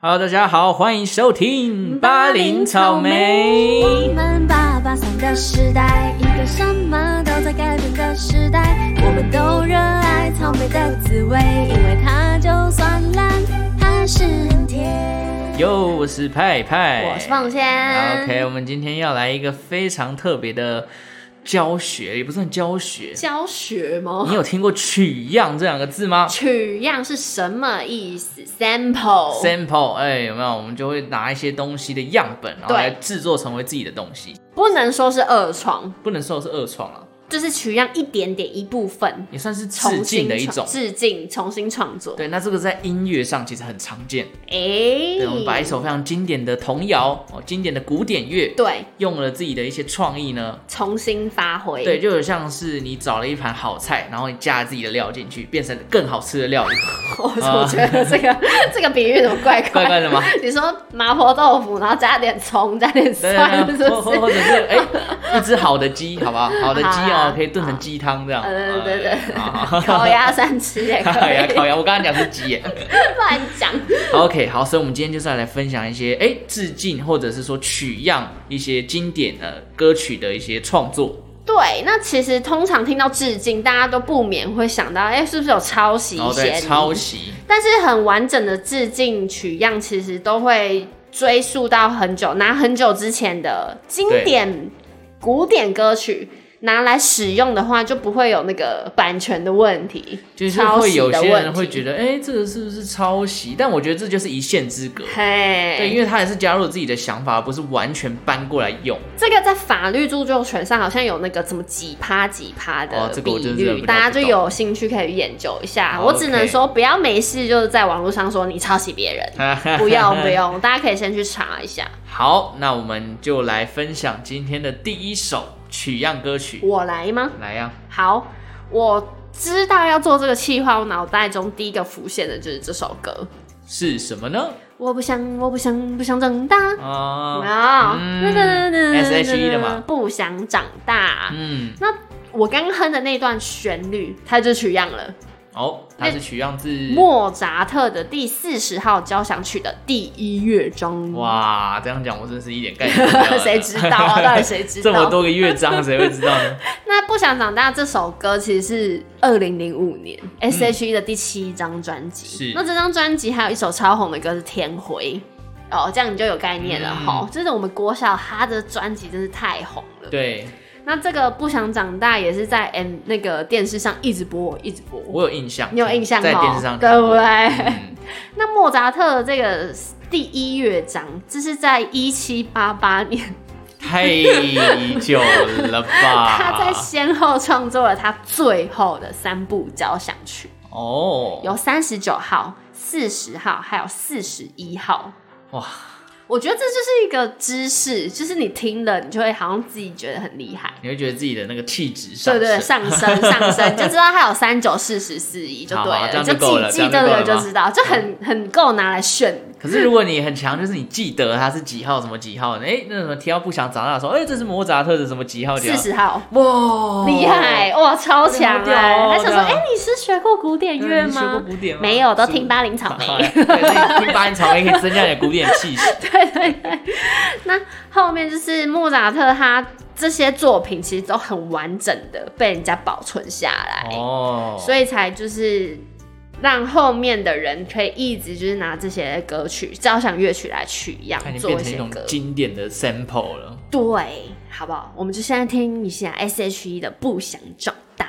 Hello， 大家好，欢迎收听巴林草莓。 我们883的时代，一个什么都在改变的时代。我们都热爱草莓的滋味，因为它就算烂，还是很甜。 哟，我是派派， 我是凤仙。 OK， 我们今天要来一个非常特别的教学，也不算教学。 教学吗？ 你有听过取样这两个字吗？ 取样是什么意思 ？sample， 有没有？我们就会拿一些东西的样本，然后来制作成为自己的东西。 不能说是二创， 不能说是二创啊， 就是取样一点点一部分， 也算是致敬的一种。 致敬，重新创作。 对，那这个在音乐上其实很常见。 对， 我们把一首非常经典的童谣，经典的古典乐， 对， 用了自己的一些创意呢， 重新发挥。 对，就有像是你找了一盘好菜，然后你加了自己的料进去，变成更好吃的料理。 我觉得这个比喻怎么怪怪的吗？ 你说麻婆豆腐，然后加点葱，加点蒜，是不是？ 或者是一只好的鸡，好不好？好的鸡可以炖成鸡汤这样。 对，烤鸭3吃也可以。 烤鸭，我刚刚讲是鸡耶， 乱讲。 OK， 好，所以我们今天就是要来分享一些致敬或者是说取样一些经典歌曲的一些创作。 对，那其实通常听到致敬，大家都不免会想到，是不是有抄袭一些？ 抄袭。 但是很完整的致敬取样，其实都会追溯到很久，拿很久之前的经典古典歌曲拿来使用的话，就不会有那个版权的问题， 就是会有些人会觉得，这个是不是抄袭？但我觉得这就是一线之隔。对，因为他也是加入自己的想法，而不是完全搬过来用。 这个在法律著作权上好像有那个什么几趴的比率，大家就有兴趣可以研究一下。我只能说，不要没事就是在网络上说你抄袭别人，不用，大家可以先去查一下。 好，那我们就来分享今天的第一首取样歌曲。 我来吗？ 来呀。 好，我知道要做这个企划，我脑袋中第一个浮现的就是这首歌。 是什么呢？ 我不想长大。 SHE 的嘛。 不想长大。那我刚刚哼的那段旋律，它就取样了。 它是取样自莫扎特的第40号交响曲的第1乐章。 哇，这样讲我真是一点概念都没有。 谁知道啊？到底谁知道？ 这么多个乐章，谁会知道呢？ 那不想长大这首歌其实是2005年 SHE 的第7张专辑。那这张专辑还有一首超红的歌是《天灰》。这样你就有概念了就是我们国小他的专辑真是太红了。 对。 那这个不想长大也是在那个电视上一直播。 我有印象。 你有印象在电视上对不对？那莫扎特的这个第1乐章，这是在1788年。 太久了吧？ 他在先后创作了他最后的3部交响曲。有39号、40号，还有41号。哇！我觉得这就是一个知识，就是你听了，你就会好像自己觉得很厉害， 你会觉得自己的那个气质上升， 对，上升，就知道它有3、9、40、41就对了， 这样就够了， 记这个就知道，就很够拿来炫。 可是如果你很强，就是你记得它是几号什么几号，那什么提到不想长大的时候，这是莫扎特的什么几号 ？40号， 哇， 厉害哇，超强他想说，你是学过古典乐吗？ 你学过古典吗？ 没有，都听巴林草莓。 对，听巴林草莓可以增加点古典气息。 对。那后面就是莫扎特他这些作品其实都很完整的被人家保存下来，所以才就是让后面的人可以一直就是拿这些歌曲交响乐曲来取样，做一些歌，变成一种经典的 sample 了。 对，好不好？我们就现在听一下 SHE 的《不想长大》。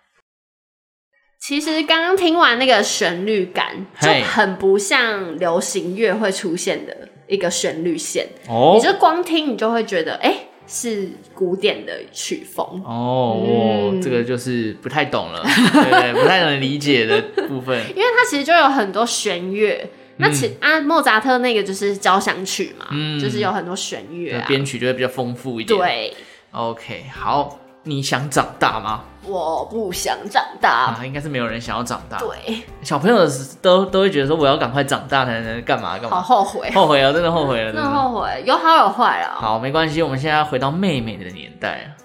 其实刚刚听完那个旋律感，就很不像流行乐会出现的一个旋律线。你就光听，你就会觉得，是古典的曲风。 这个就是不太懂了，对，不太能理解的部分。 因为它其实就有很多弦乐。那莫扎特那个就是交响曲嘛，就是有很多弦乐编曲就会比较丰富一点。 对 ，OK， 好。你想长大吗？ 我不想长大应该是没有人想要长大。 对， 小朋友都会觉得说我要赶快长大才能干嘛。 好后悔， 真的后悔了， 真的后悔，有好有坏啊。 好，没关系，我们现在要回到妹妹的年代。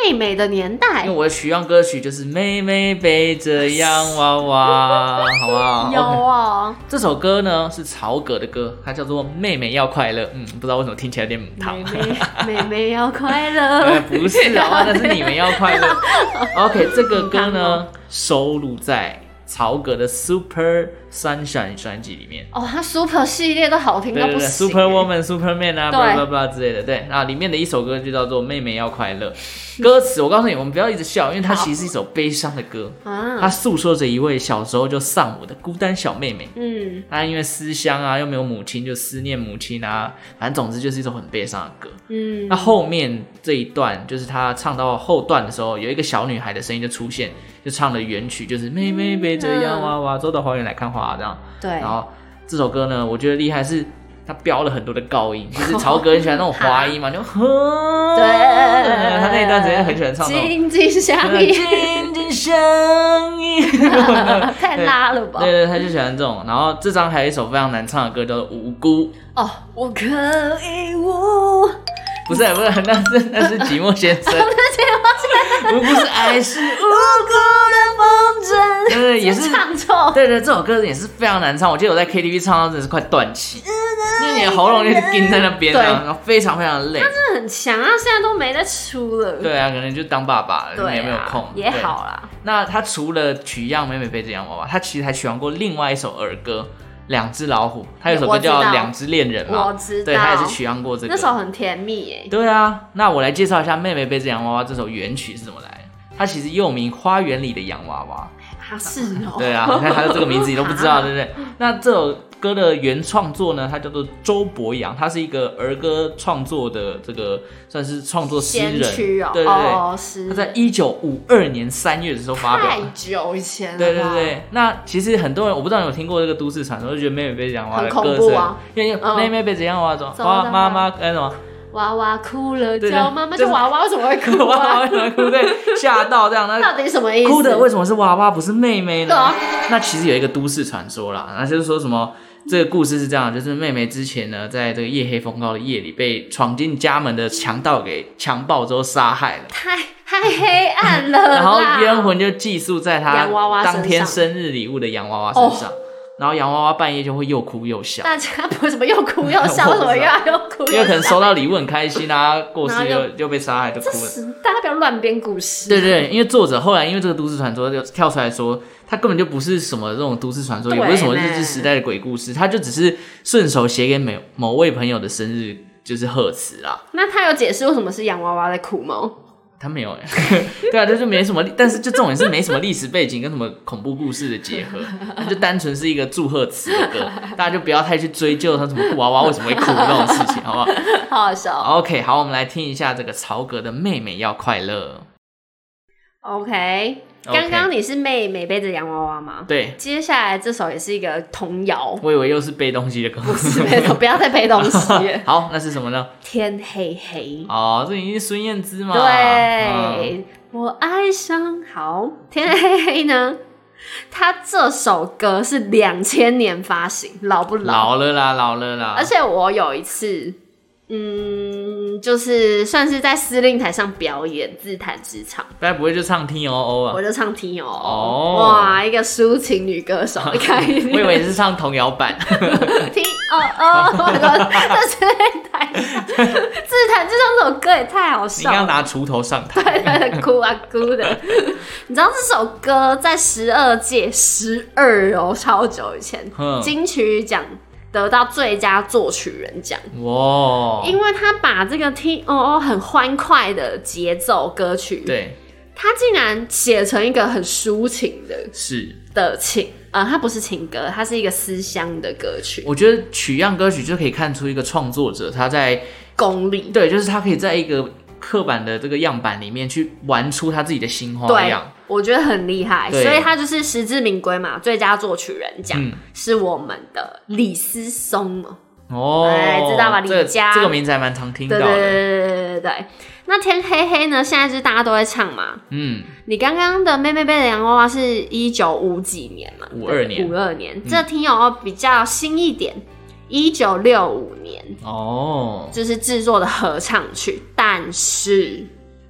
妹妹的年代， 因为我的取样歌曲就是妹妹背着洋娃娃，好不好？ 有哦。 这首歌呢是曹格的歌，它叫做《妹妹要快乐》。不知道为什么听起来有点母汤。 妹妹要快乐， 不是啊，那是你们要快乐。OK， 这个歌呢收录在曹格的 Super Sunshine 专辑里面。 他 Super 系列都好听到不行。 Super Woman、Superman 啊，blah blah blah 之类的。对，那里面的一首歌就叫做《妹妹要快乐》。歌词我告诉你，我们不要一直笑，因为它其实是一首悲伤的歌。它诉说着一位小时候就丧母的孤单小妹妹。她因为思乡啊，又没有母亲，就思念母亲啊。反正总之就是一首很悲伤的歌。那后面这一段就是她唱到后段的时候，有一个小女孩的声音就出现，就唱了原曲，就是妹妹背着洋娃娃走到花园来看花这样。对。然后这首歌呢，我觉得厉害是他标了很多的高音，就是曹格很喜欢那种滑音嘛，就对，他那一段时间很喜欢唱那种紧紧相依， 紧紧相依， 太拉了吧？ 对，他就喜欢这种。然后这张还有一首非常难唱的歌叫做《无辜》。 我可以无。 不是，那是寂寞先生。无辜是爱是无辜的风筝。对，也是唱错。 对，这首歌也是非常难唱。我记得我在 KTV 唱到真的是快断气，因为你的喉咙就是钉在那边，然后非常非常累。 他真的很强啊，现在都没在出了。 对啊，可能就当爸爸了，也没有空。 也好啦。 那他除了取样妹妹背着洋娃娃，他其实还取样过另外一首儿歌。两只老虎，他有首歌叫《两只恋人》嘛， 我知道， 对，他也是取样过这个， 那首很甜蜜耶。 对啊，那我来介绍一下《妹妹背着洋娃娃》这首原曲是怎么来的。它其实又名《花园里的洋娃娃》。 是哦。 对啊，你看还有这个名字你都不知道，对不对？那这首歌的原创作呢，它叫做周伯阳，他是一个儿歌创作的这个算是创作诗人，对，他在1952年3月的时候发表， 太久以前了。 对。那其实很多人我不知道你有听过这个都市传说，就觉得妹妹背着洋娃娃的歌声， 因为妹妹背着洋娃娃走，妈妈什么。 娃娃哭了，叫妈妈，就娃娃为什么会哭？ 娃娃为什么会哭？对，吓到这样。那到底什么意思？ 哭的为什么是娃娃不是妹妹呢？那其实有一个都市传说啦，那就是说什么这个故事是这样，就是妹妹之前呢，在这个夜黑风高的夜里，被闯进家门的强盗给强暴之后杀害了。 太黑暗了。 然后冤魂就寄宿在她当天生日礼物的洋娃娃身上。然后洋娃娃半夜就会又哭又笑。 大家为什么又哭又笑？为什么又要又哭又笑？ 因为可能收到礼物很开心啊，过世又被杀害就哭了。 大家不要乱编故事。 对，因为作者后来因为这个都市传说就跳出来说，他根本就不是什么这种都市传说，也不是什么日治时代的鬼故事，他就只是顺手写给某位朋友的生日就是贺词啦。 那他有解释为什么是洋娃娃在哭吗？ 他没有对啊，就是没什么，但是就重点是没什么历史背景跟什么恐怖故事的结合，就单纯是一个祝贺词的歌，大家就不要太去追究他什么娃娃为什么会哭这种事情，好不好？ 好好笑。 OK， 好，我们来听一下这个曹格的《妹妹要快乐》。 OK， 刚刚你是妹妹背着洋娃娃吗？ 对。 接下来这首也是一个童谣。 我以为又是背东西的歌。 不是背东西，不要再背东西。 好，那是什么呢？ 天黑黑。 这已经是孙燕姿嘛？ 对，我爱上。好，天黑黑呢？他这首歌是2000年发行，老不老？ 老了啦。 而且我有一次。就是算是在司令台上表演，自弹自唱。该不会就唱 T O O 啊？ 我就唱 T O O。哇，一个抒情女歌手的概念。 我以为是唱童谣版。 T O O， 在司令台上自弹自唱这首歌也太好笑了。 你要拿锄头上台。 对，哭啊哭的。你知道这首歌在12届12哦，超久以前金曲奖。得到最佳作曲人奖。哇！因为他把这个 T.O.O 很欢快的节奏歌曲， 对， 他竟然写成一个很抒情的情，它不是情歌，它是一个思乡的歌曲。 我觉得取样歌曲就可以看出一个创作者他在功力， 对，就是他可以在一个刻板的这个样板里面去玩出他自己的新花样。 我觉得很厉害，所以他就是实至名归嘛。最佳作曲人奖是我们的李思松知道吧？李佳这个名字还蛮常听到的。 对。那天黑黑呢？现在就是大家都会唱嘛。你刚刚的妹妹背的洋娃娃是1950几年嘛？52年。这听友比较新一点，1965年就是制作的合唱曲，但是。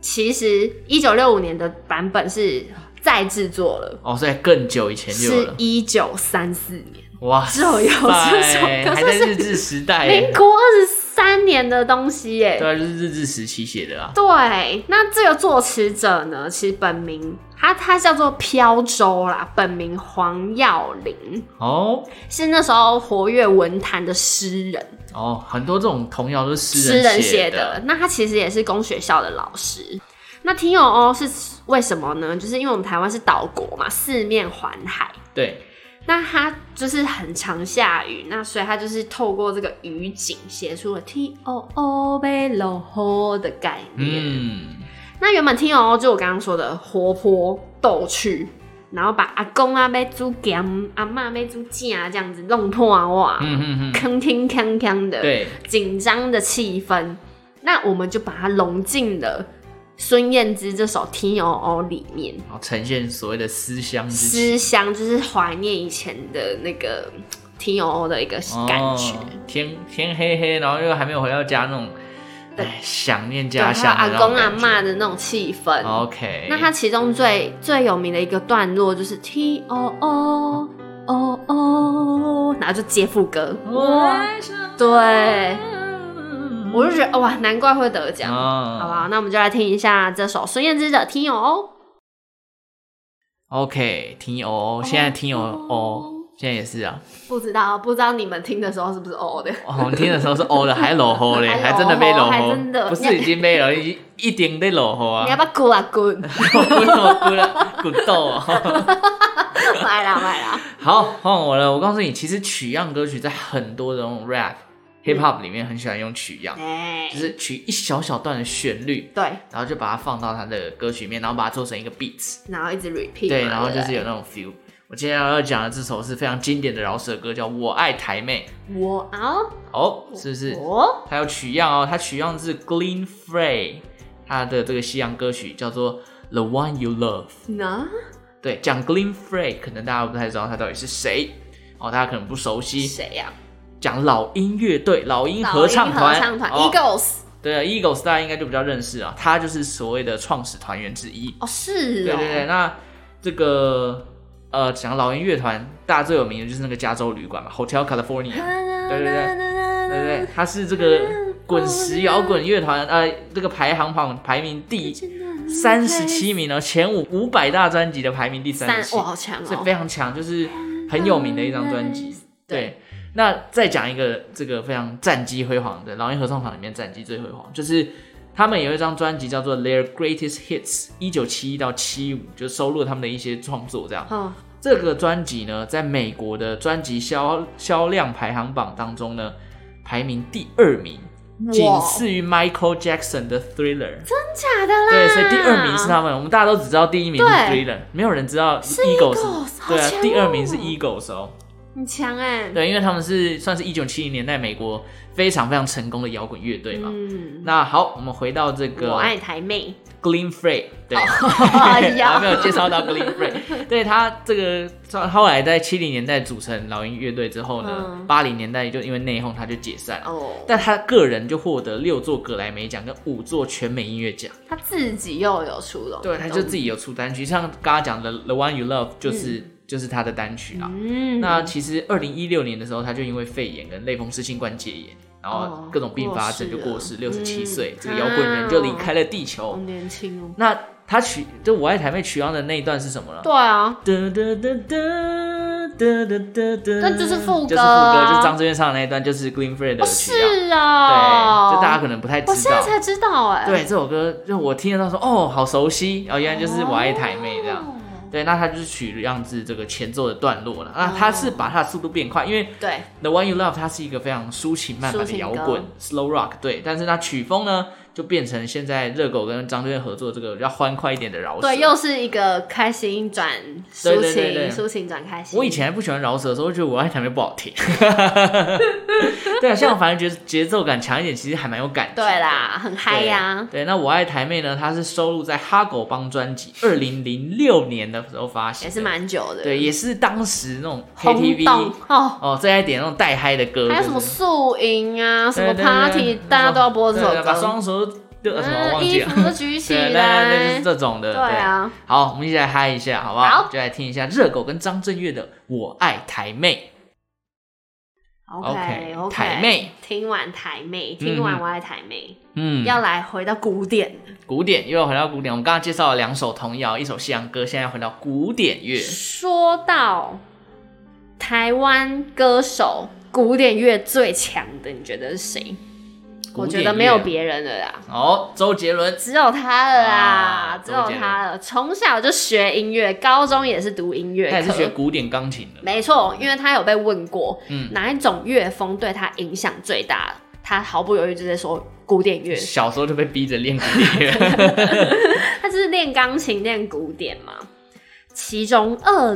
其实1965年的版本是再制作了哦，所以更久以前就有了， 是1934年。 哇， 只有这首歌， 还在日治时代， 民国23年的东西耶。 对，就是日治时期写的啊。 对，那这个作词者呢，其实本名他叫做飘舟啦，本名黄耀麟哦，是那时候活跃文坛的诗人哦，很多这种童谣都是诗人写的。那他其实也是公学校的老师。那听友哦是为什么呢？就是因为我们台湾是岛国嘛，四面环海。 对。 那它就是很常下雨，那所以它就是透过这个雨景写出了 T-O-O 被落雨的概念。那原本 T-O-O 就我刚刚说的活泼逗趣，然后把阿公啊要煮咸，阿嬷要煮正这样子弄破哇，铿铿锵锵的， 对， 紧张的气氛。那我们就把它融进了孙燕姿这首 T-O-O 里面， 呈现所谓的思乡之情。 思乡就是怀念以前的那个 T-O-O 的一个感觉。 天黑黑，然后又还没有回到家那种，想念家乡的阿公阿嬷的那种气氛。 OK， 那它其中最有名的一个段落就是 T-O-O O， 然后就接副歌。对。我就觉得哇，难怪会得奖，好不好？那我们就来听一下这首孙燕姿的《T-O-O》。 OK， T-O-O， 现在 T-O-O， 现在也是啊。 不知道你们听的时候是不是 O 的？ 我们听的时候是 O 的，还落雨嘞，还真的被落雨，不是已经没了，一定得落雨啊！ 你要不要滚啊滚？ 滚豆啊！ 买啦！ 好，换我了。我告诉你，其实取样歌曲在很多的那种 rap。Hip Hop 里面很喜欢用取样，就是取一小小段的旋律， 对， 然后就把它放到它的歌曲里面，然后把它做成一个 beats， 然后一直 repeat， 对，然后就是有那种 feel。我今天要讲的这首是非常经典的饶舌歌，叫《我爱台妹》。是不是？它有取样哦，它取样自 Glenn Frey 他的这个西洋歌曲叫做 The One You Love。对，讲 Glenn Frey， 可能大家不太知道他到底是谁哦，大家可能不熟悉。 谁呀？ 讲老鹰乐队、老鹰合唱团 Eagles， 对啊 ，Eagles 大家应该就比较认识啊，他就是所谓的创始团员之一。 是对，那这个讲老鹰乐团，大家最有名的就是那个加州旅馆嘛 ，Hotel California。对，他是这个滚石摇滚乐团，这个排行榜排名第37名哦，前500大专辑的排名第37， 哇，好强哦， 所以非常强，就是很有名的一张专辑。对。那再讲一个这个非常战绩辉煌的老鹰合唱团里面战绩最辉煌，就是他们有一张专辑叫做 Their Greatest Hits， 1971到75，就收录了他们的一些创作这样。这个专辑呢，在美国的专辑销量排行榜当中呢，排名第2名，仅次于 Michael Jackson 的 Thriller。 真假的啦？ 对，所以第2名是他们，我们大家都只知道第1名是 Thriller， 没有人知道 Eagles。对啊，第2名是 Eagles 哦。 很强对，因为他们是算是1970年代美国非常非常成功的摇滚乐队嘛。那好，我们回到这个我爱台妹 Glenn Frey， 对，还没有介绍到 Glenn Frey。对，他这个后来在70年代组成老鹰乐队之后呢，80年代就因为内讧他就解散了。但他个人就获得6座格莱美奖跟5座全美音乐奖。 他自己又有出了， 对，他就自己有出单曲，像刚刚讲的 The One You Love 就是他的单曲啦。那其实2016年的时候，他就因为肺炎跟类风湿性关节炎，然后各种并发症就过世，67岁，这个摇滚人就离开了地球。 好年轻哦。 那他就我爱台妹取样的那一段是什么呢？ 对啊，那就是副歌， 就张志渊唱的那一段，就是 Glenn Frey 的取样。 是啊， 对，就大家可能不太知道，我现在才知道对，这首歌就我听得到说，好熟悉，原来就是我爱台妹这样。对，那他就是取样自这个前奏的段落了。那他是把他的速度变快，因为对 The One You Love 它是一个非常抒情慢板的摇滚 slow rock， 对，但是它曲风呢就变成现在热狗跟张震岳合作这个比较欢快一点的饶舌。 对，又是一个开心转抒情，抒情转开心。 我以前还不喜欢饶舌的时候，觉得我爱台妹不好听。对啊，像我反正觉得节奏感强一点，其实还蛮有感觉。 对啦，很嗨呀。 对，那我爱台妹呢，它是收录在哈狗帮专辑2006年的时候发行， 也是蛮久的。 对，也是当时那种 KTV 最爱点那种带嗨的歌， 还有什么宿营啊，什么 party， 大家都要播这首歌， 把双手什么忘记了， 衣服都举起来， 对，就是这种的。 对啊， 好，我们一起来嗨一下，好不好？好，就来听一下热狗跟张震岳的《我爱台妹》。 OK， 台妹， 听完台妹，听完我爱台妹，要来回到古典， 又要回到古典。我们刚刚介绍了2首童谣，1首西洋歌，现在要回到古典乐。 说到台湾歌手，古典乐最强的，你觉得是谁？我觉得没有别人了啦。 周杰伦， 只有他了啦，只有他了。从小就学音乐，高中也是读音乐课， 他也是学古典钢琴的。 没错，因为他有被问过，哪一种乐风对他影响最大，他毫不犹豫就在说古典乐。 小时候就被逼着练古典乐， 他就是练钢琴、练古典嘛。其中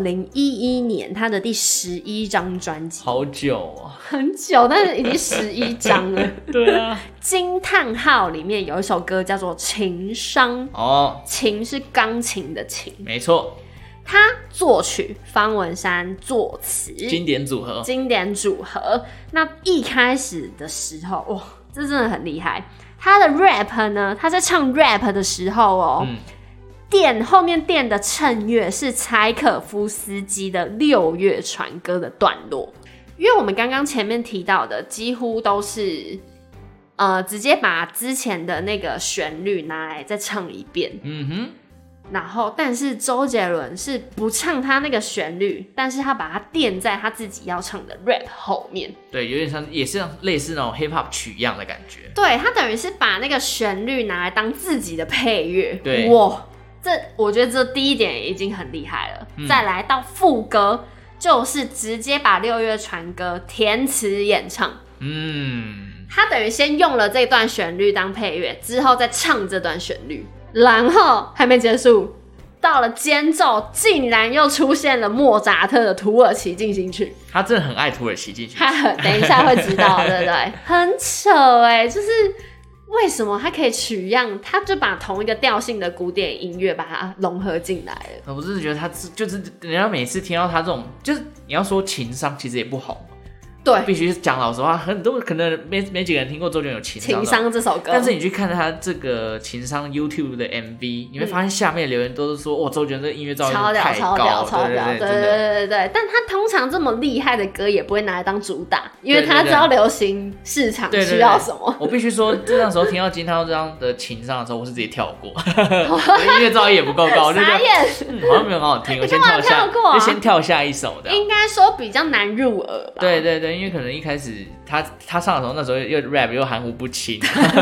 2011年他的第11张专辑， 好久啊， 很久，但是已经11张了。 对啊， 惊叹号里面有一首歌叫做《情伤》，情是钢琴的琴， 没错。 他作曲，方文山作词， 经典组合。那一开始的时候，哇，这真的很厉害。他的 rap 呢，他在唱 rap 的时候后面垫的衬乐是柴可夫斯基的《六月传歌》的段落，因为我们刚刚前面提到的几乎都是直接把之前的那个旋律拿来再唱一遍，然后但是周杰伦是不唱他那个旋律，但是他把它垫在他自己要唱的 rap 后面， 对，有点像，也是类似那种 hip hop 曲一样的感觉， 对，他等于是把那个旋律拿来当自己的配乐， 对， 哇，我觉得这第一点已经很厉害了。再来到副歌，就是直接把《六月传歌》填词演唱。他等于先用了这段旋律当配乐，之后再唱这段旋律，然后还没结束，到了间奏，竟然又出现了莫扎特的《土耳其进行曲》。 他真的很爱土耳其进行曲， 等一下会知道，对不对？很扯就是。为什么他可以取样？他就把同一个调性的古典音乐把它融合进来了。 我真的觉得他就是人家每次听到他这种，就是你要说情商，其实也不好。对，必须讲老实话，很多可能没几个人听过周杰伦有情商这首歌， 但是你去看他这个情商 YouTube 的 MV，你会发现下面留言都是说，哇，周杰伦这音乐造诣太高， 超屌，对。但他通常这么厉害的歌也不会拿来当主打，因为他知道流行市场需要什么。 我必须说，那时候听到金涛这样的情商的时候，我是直接跳过，我的音乐造诣也不够高， 傻眼， 好像没有很好听，我先跳下，就先跳下一首的。 应该说比较难入耳吧？ 对。因为可能一开始他上的时候，那时候又 rap 又含糊不清。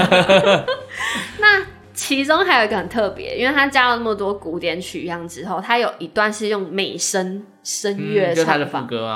那其中还有一个很特别，因为他加了那么多古典曲样之后，他有一段是用美声乐唱法， 就他的副歌啊。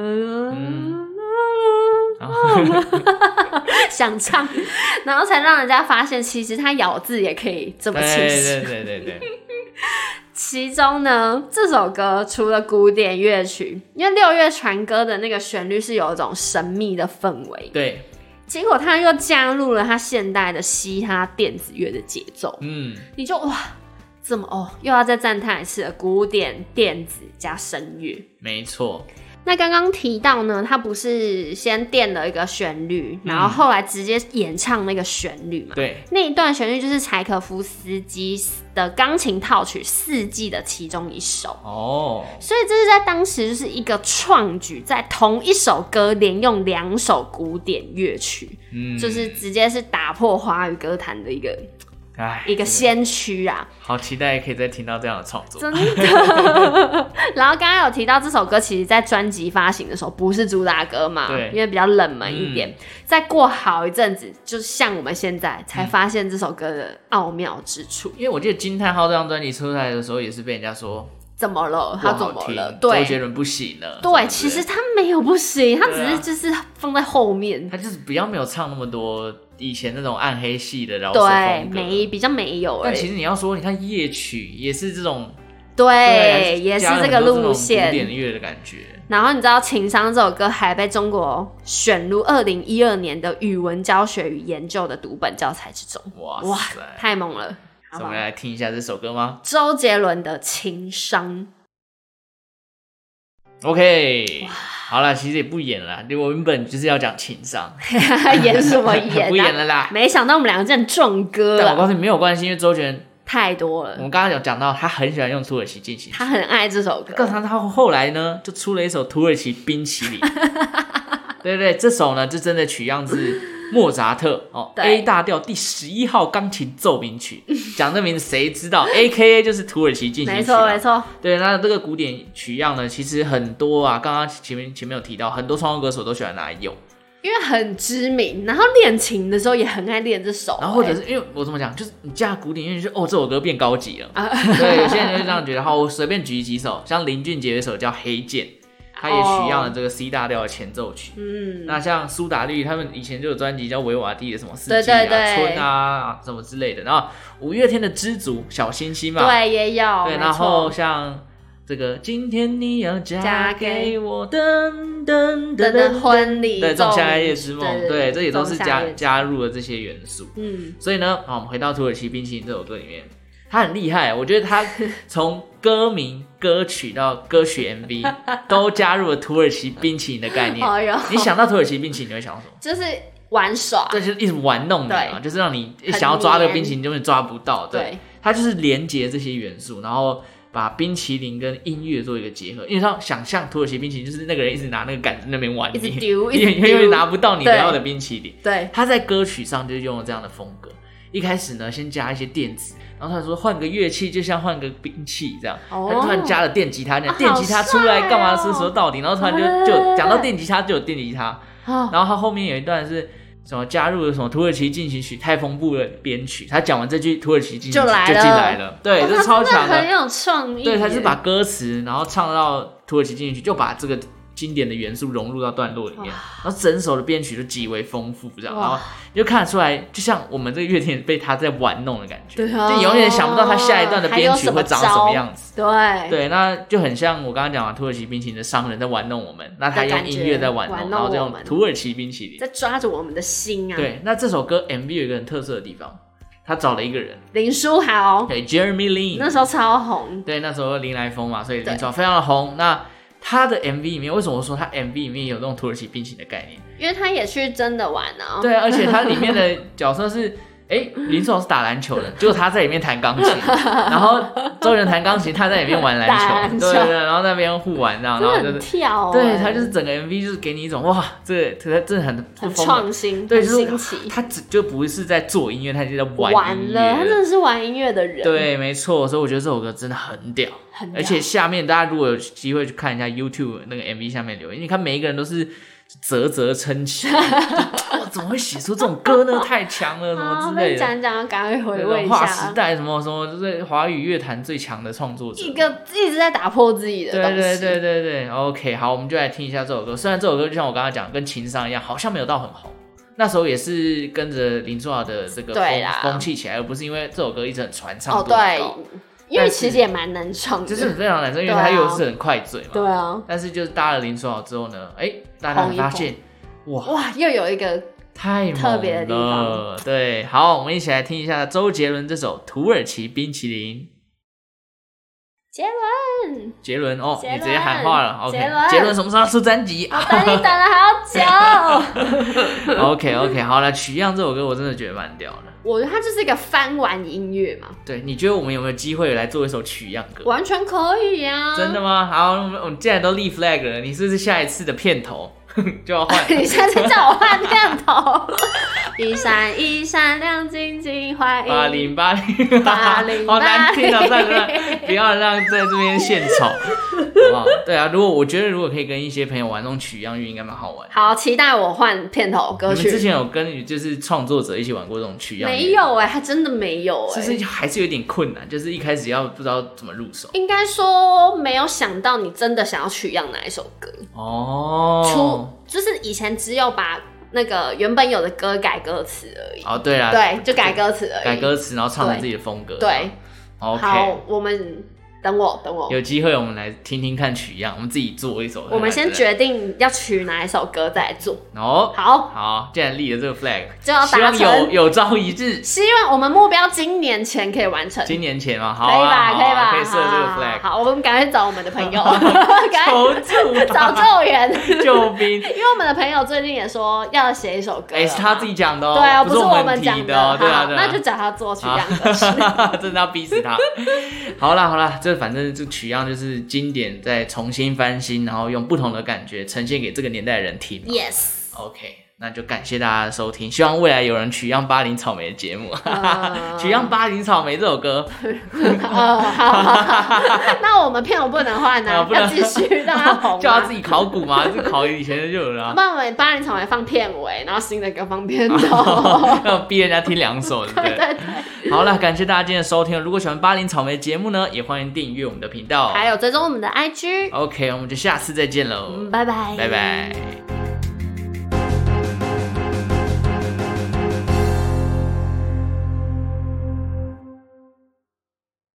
想唱，然后才让人家发现，其实他咬字也可以这么清晰。 对。 其中呢，这首歌除了古典乐曲，因为六月传歌的那个旋律是有一种神秘的氛围， 对， 结果他又加入了他现代的嘻哈电子乐的节奏，你就哇，怎么又要再赞叹一次了，古典电子加声乐， 没错。 那刚刚提到呢，他不是先垫了一个旋律，然后后来直接演唱那个旋律嘛？ 对， 那一段旋律就是柴可夫斯基的钢琴套曲《四季》的其中一首所以这是在当时就是一个创举，在同一首歌连用2首古典乐曲，就是直接是打破华语歌坛的一个先驱啊！ 好期待可以再听到这样的创作， 真的。然后刚刚有提到这首歌，其实在专辑发行的时候不是主打歌嘛， 对， 因为比较冷门一点。再过好一阵子，就像我们现在才发现这首歌的奥妙之处。 因为我记得惊叹号这张专辑出来的时候，也是被人家说怎么了？他怎么了？ 对，周杰伦不行了。 对，其实他没有不行，他只是就是放在后面， 他就是比较没有唱那么多以前那种暗黑系的饶舌风格， 比较没有而已。 但其实你要说，你看夜曲也是这种， 对，也是这个路线， 古典乐的感觉。 然后你知道《情商》这首歌还被中国选入2012年的语文教学与研究的读本教材之中。哇塞，太猛了！ 我们来听一下这首歌吗？ 周杰伦的《情商》。 OK， 好了，其实也不演了啦，我原本就是要讲情商， 演什么演、啊？ 不演了啦。 没想到我们两个竟然撞歌了。 但我告诉你没有关系，因为周杰伦太多了。 我们刚刚有讲到，他很喜欢用土耳其进行曲， 他很爱这首歌。 他后来呢，就出了一首土耳其冰淇淋。对对，这首呢就真的取样自莫扎特A 大调第11号钢琴奏鸣曲，讲这名字谁知道？AKA 就是土耳其进行曲，没错没错。 对，那这个古典取样呢，其实很多啊，刚刚前面有提到，很多创作歌手都喜欢拿来用， 因为很知名，然后练琴的时候也很爱练这首， 然后或者是因为我怎么讲，就是你加古典音乐，就这首歌变高级了，对，有些人就这样觉得。好，我随便举几首，像林俊杰有一首叫《黑键》。他也取样了这个 C 大调的前奏曲，那像苏打绿他们以前就有专辑叫维瓦蒂的什么四季啊、春啊什么之类的，然后五月天的知足小星星嘛， 对也有， 对，然后像这个今天你要嫁给我噔噔噔噔婚礼， 对，仲夏夜之梦，对，这也都是加入了这些元素，所以呢，好，我们回到土耳其冰淇淋这首歌里面。他很厉害，我觉得他从歌名、歌曲到歌曲 MV 都加入了土耳其冰淇淋的概念。你想到土耳其冰淇淋，你会想到什么？ 就是玩耍， 对，就是一直玩弄你嘛，就是让你想要抓这个冰淇淋，根本抓不到。对，它就是连接这些元素，然后把冰淇淋跟音乐做一个结合。因为他想象土耳其冰淇淋就是那个人一直拿那个杆子那边玩你， 一直丢， 因为拿不到你要的冰淇淋。 对， 他在歌曲上就用了这样的风格。一开始呢，先加一些电子，然后他说换个乐器就像换个兵器这样，他突然加了电吉他，电吉他出来干嘛？是说到底，然后突然就讲到电吉他就有电吉他，然后他后面有一段是什么加入了什么土耳其进行曲太丰富的编曲，他讲完这句土耳其进行曲就进来了，对，这超强的， 很有创意， 对，他是把歌词然后唱到土耳其进行曲，就把这个经典的元素融入到段落里面，然后整首的编曲就极为丰富，这样，然后你就看得出来，就像我们这个乐天被他在玩弄的感觉， 对啊， 就永远想不到他下一段的编曲会长什么样子， 对， 那就很像我刚刚讲的土耳其冰淇淋的商人在玩弄我们，那他用音乐在玩弄，然后就用土耳其冰淇淋在抓着我们的心啊。 对，那这首歌 MV 有一个很特色的地方，他找了一个人林书豪， 对 Jeremy Lin， 那时候超红， 对，那时候林来疯嘛，所以林书豪非常的红。那他的 MV 里面，为什么说他 MV 里面有那种土耳其冰淇淋的概念？ 因为他也去真的玩啊。 对，而且他里面的角色是，林书豪是打篮球的，结果他在里面弹钢琴，然后周杰伦弹钢琴，他在里面玩篮球，对，然后在那边互玩这样，然后就是跳， 对，他就是整个 MV 就是给你一种哇，这真的很创新， 对， 就是新奇。 他就不是在做音乐，他就在玩音乐， 他真的是玩音乐的人。 对，没错，所以我觉得这首歌真的很屌，而且下面大家如果有机会去看一下 YouTube 那个 MV 下面留言，你看每一个人都是啧称奇，怎么会写出这种歌呢？太强了，什么之类的。 讲，赶快回味一下。 划时代什么，就是华语乐坛最强的创作者， 一直在打破自己的东西。 对。OK， 好，我们就来听一下这首歌。虽然这首歌就像我刚刚讲，跟情商一样，好像没有到很红。那时候也是跟着林书豪的这个风气起来，而不是因为这首歌一直很传唱度很高。 因为其实也蛮难唱的， 就是非常难唱，因为他又是很快嘴嘛。 对啊。 但是就是搭了林书豪之后呢，大家发现，哇， 又有一个太特别的地方。 对，好，我们一起来听一下周杰伦这首《土耳其冰淇淋》。杰伦哦，你直接喊话了 ，OK。杰伦什么时候要出专辑？ 我等你等了好久。OK， 好了，取样这首歌我真的觉得蛮屌的。 我觉得它就是一个翻玩音乐嘛。 对，你觉得我们有没有机会来做一首取样歌？ 完全可以啊！ 真的吗？好，我们既然都立 flag 了，你是不是下一次的片头就要换？ 你下次叫我换片头。一闪一闪亮晶晶，欢迎 8080，好难听啊！算了，不要让在这边献丑，好不好？对啊，我觉得如果可以跟一些朋友玩那种取样乐，应该蛮好玩。 好，期待我换片头歌曲。 你们之前有跟就是创作者一起玩过这种取样乐？ 没有还真的没有就是还是有点困难，就是一开始要不知道怎么入手。 应该说没有想到你真的想要取样哪一首歌哦，就是以前只有把那个原本有的歌改歌词而已。 对啦， 对，就改歌词而已， 改歌词，然后唱成自己的风格。 对， OK。 好，我们等我， 有机会我们来听听看取样，我们自己做一首。 我们先决定要取哪一首歌再来做。 好，既然立了这个 flag， 就要达成， 希望有朝一日， 希望我们目标今年前可以完成。 今年前吗？好， 可以吧？ 可以设这个 flag。 好，我们赶快找我们的朋友， 求助， 找救援， 救兵。 因为我们的朋友最近也说要写一首歌， 是他自己讲的哦， 对啊， 不是我们讲的，对啊， 那就找他做取样歌曲， 真的要逼死他。好啦，这反正这取样就是经典再重新翻新，然后用不同的感觉呈现给这个年代的人听。 Yes。OK。 那就感谢大家的收听，希望未来有人取样巴黎草莓的节目，取样巴黎草莓这首歌。 好，那我们片尾不能换呢，要继续让它红， 叫他自己考古嘛，就考以前就有了。 那我们巴黎草莓放片尾，然后新的歌放片头， 要逼人家听2首，对不对？对。好了，感谢大家今天的收听。如果喜欢巴黎草莓的节目呢，也欢迎订阅我们的频道， 还有追踪我们的 IG。 OK， 我们就下次再见喽， 拜拜， 拜拜。